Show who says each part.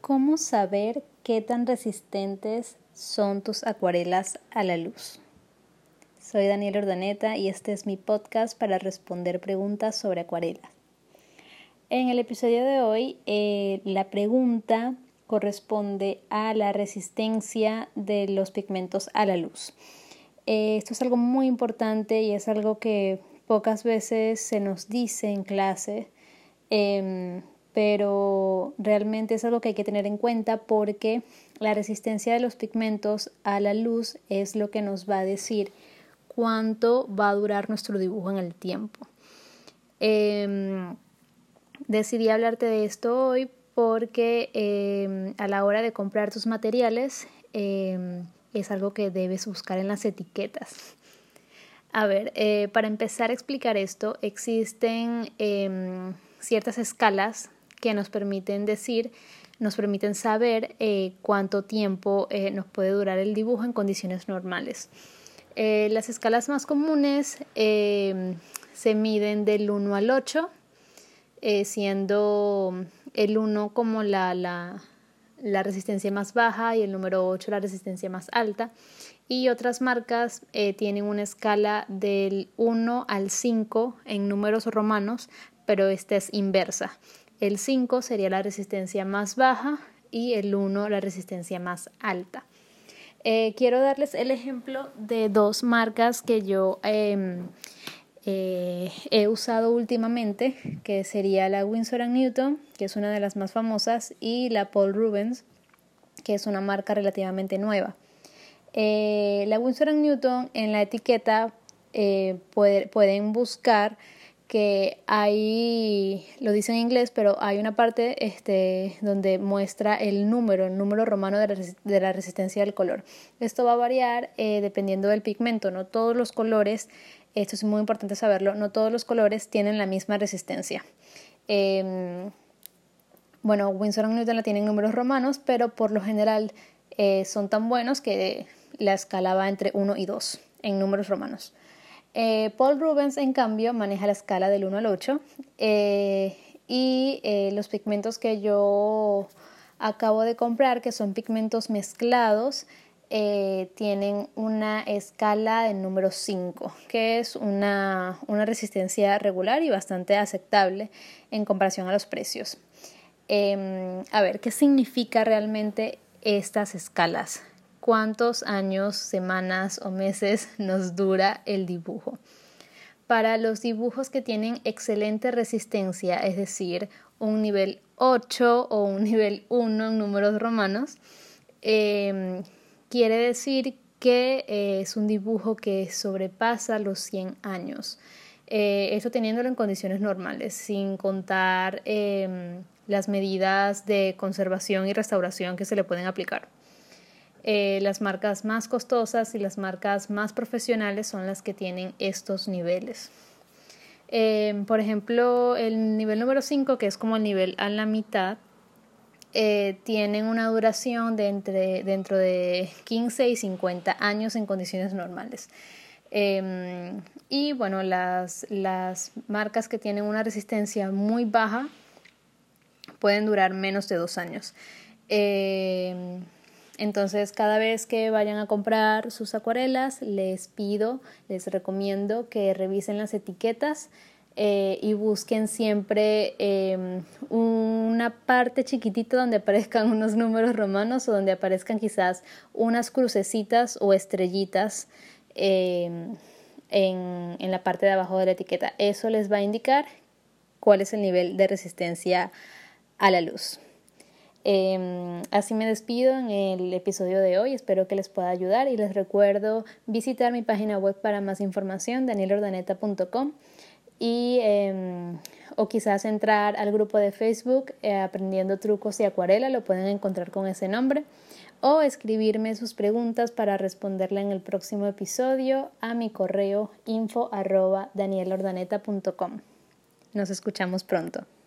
Speaker 1: ¿Cómo saber qué tan resistentes son tus acuarelas a la luz? Soy Daniela Urdaneta y este es mi podcast para responder preguntas sobre acuarelas. En el episodio de hoy, la pregunta corresponde a la resistencia de los pigmentos a la luz. Esto es algo muy importante y es algo que pocas veces se nos dice en clase, pero realmente es algo que hay que tener en cuenta porque la resistencia de los pigmentos a la luz es lo que nos va a decir cuánto va a durar nuestro dibujo en el tiempo. Decidí hablarte de esto hoy porque a la hora de comprar tus materiales es algo que debes buscar en las etiquetas. A ver, para empezar a explicar esto, existen ciertas escalas que nos permiten saber cuánto tiempo nos puede durar el dibujo en condiciones normales. Las escalas más comunes se miden del 1 al 8, siendo el 1 como la resistencia más baja y el número 8 la resistencia más alta. Y otras marcas tienen una escala del 1 al 5 en números romanos, pero esta es inversa. El 5 sería la resistencia más baja y el 1 la resistencia más alta. Quiero darles el ejemplo de dos marcas que yo he usado últimamente, que sería la Winsor & Newton, que es una de las más famosas, y la Paul Rubens, que es una marca relativamente nueva. La Winsor & Newton en la etiqueta pueden buscar que hay, lo dice en inglés, pero hay una parte donde muestra el número romano de la resistencia del color. Esto va a variar dependiendo del pigmento. No todos los colores, esto es muy importante saberlo, no todos los colores tienen la misma resistencia. Winsor & Newton la tienen números romanos, pero por lo general son tan buenos que la escala va entre 1 y 2 en números romanos. Paul Rubens, en cambio, maneja la escala del 1 al 8 y los pigmentos que yo acabo de comprar, que son pigmentos mezclados, tienen una escala de número 5, que es una resistencia regular y bastante aceptable en comparación a los precios. A ver, ¿qué significa realmente estas escalas? ¿Cuántos años, semanas o meses nos dura el dibujo? Para los dibujos que tienen excelente resistencia, es decir, un nivel 8 o un nivel 1 en números romanos, quiere decir que es un dibujo que sobrepasa los 100 años. Esto teniéndolo en condiciones normales, sin contar las medidas de conservación y restauración que se le pueden aplicar. Las marcas más costosas y las marcas más profesionales son las que tienen estos niveles. Por ejemplo, el nivel número 5, que es como el nivel a la mitad, tienen una duración dentro de 15 y 50 años en condiciones normales. Y bueno, las marcas que tienen una resistencia muy baja pueden durar menos de 2 años. Entonces, cada vez que vayan a comprar sus acuarelas, les recomiendo que revisen las etiquetas y busquen siempre una parte chiquitita donde aparezcan unos números romanos o donde aparezcan quizás unas crucecitas o estrellitas en la parte de abajo de la etiqueta. Eso les va a indicar cuál es el nivel de resistencia a la luz. Así me despido en el episodio de hoy. Espero que les pueda ayudar y les recuerdo visitar mi página web para más información, danielaurdaneta.com, o quizás entrar al grupo de Facebook Aprendiendo Trucos de Acuarela, lo pueden encontrar con ese nombre, o escribirme sus preguntas para responderla en el próximo episodio a mi correo info@danielaurdaneta.com. Nos escuchamos pronto.